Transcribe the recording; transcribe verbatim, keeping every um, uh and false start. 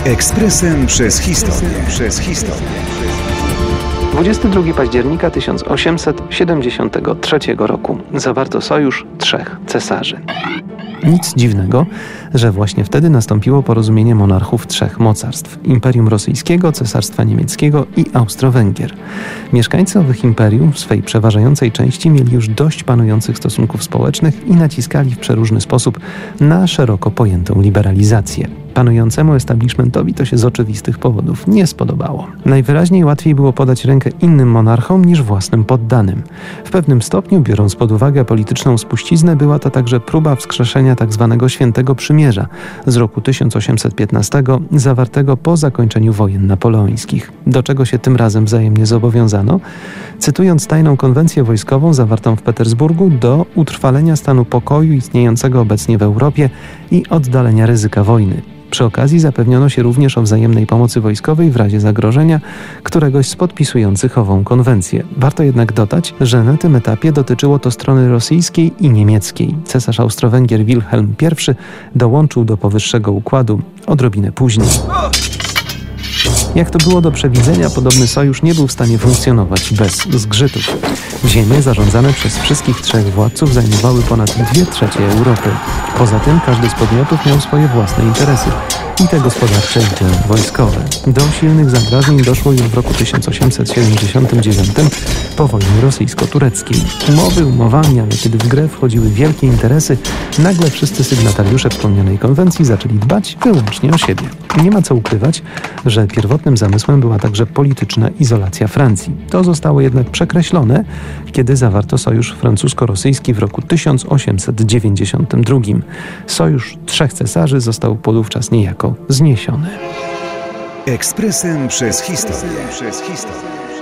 Ekspresem przez historię. Przez historię. dwudziestego drugiego października tysiąc osiemset siedemdziesiątego trzeciego roku zawarto sojusz trzech cesarzy. Nic dziwnego, że właśnie wtedy nastąpiło porozumienie monarchów trzech mocarstw: Imperium Rosyjskiego, Cesarstwa Niemieckiego i Austro-Węgier. Mieszkańcy owych imperium w swej przeważającej części mieli już dość panujących stosunków społecznych i naciskali w przeróżny sposób na szeroko pojętą liberalizację. Panującemu establishmentowi to się z oczywistych powodów nie spodobało. Najwyraźniej łatwiej było podać rękę innym monarchom niż własnym poddanym. W pewnym stopniu, biorąc pod uwagę polityczną spuściznę, była to także próba wskrzeszenia tzw. Świętego Przymierza z roku tysiąc osiemset piętnastego, zawartego po zakończeniu wojen napoleońskich. Do czego się tym razem wzajemnie zobowiązano? Cytując tajną konwencję wojskową zawartą w Petersburgu, do utrwalenia stanu pokoju istniejącego obecnie w Europie i oddalenia ryzyka wojny. Przy okazji zapewniono się również o wzajemnej pomocy wojskowej w razie zagrożenia któregoś z podpisujących ową konwencję. Warto jednak dodać, że na tym etapie dotyczyło to strony rosyjskiej i niemieckiej. Cesarz Austro-Węgier Wilhelm I dołączył do powyższego układu odrobinę później. Jak to było do przewidzenia, podobny sojusz nie był w stanie funkcjonować bez zgrzytów. Ziemie zarządzane przez wszystkich trzech władców zajmowały ponad dwie trzecie Europy. Poza tym każdy z podmiotów miał swoje własne interesy, i te gospodarcze, i te wojskowe. Do silnych zadrażnień doszło już w roku tysiąc osiemset siedemdziesiątym dziewiątym po wojnie rosyjsko-tureckiej. Umowy umowami, ale kiedy w grę wchodziły wielkie interesy, nagle wszyscy sygnatariusze wspomnianej konwencji zaczęli dbać wyłącznie o siebie. Nie ma co ukrywać, że pierwotnym zamysłem była także polityczna izolacja Francji. To zostało jednak przekreślone, kiedy zawarto sojusz francusko-rosyjski w roku tysiąc osiemset dziewięćdziesiątym drugim. Sojusz trzech cesarzy został podówczas niejako zniesiony. Ekspresem przez historię. Przez historię.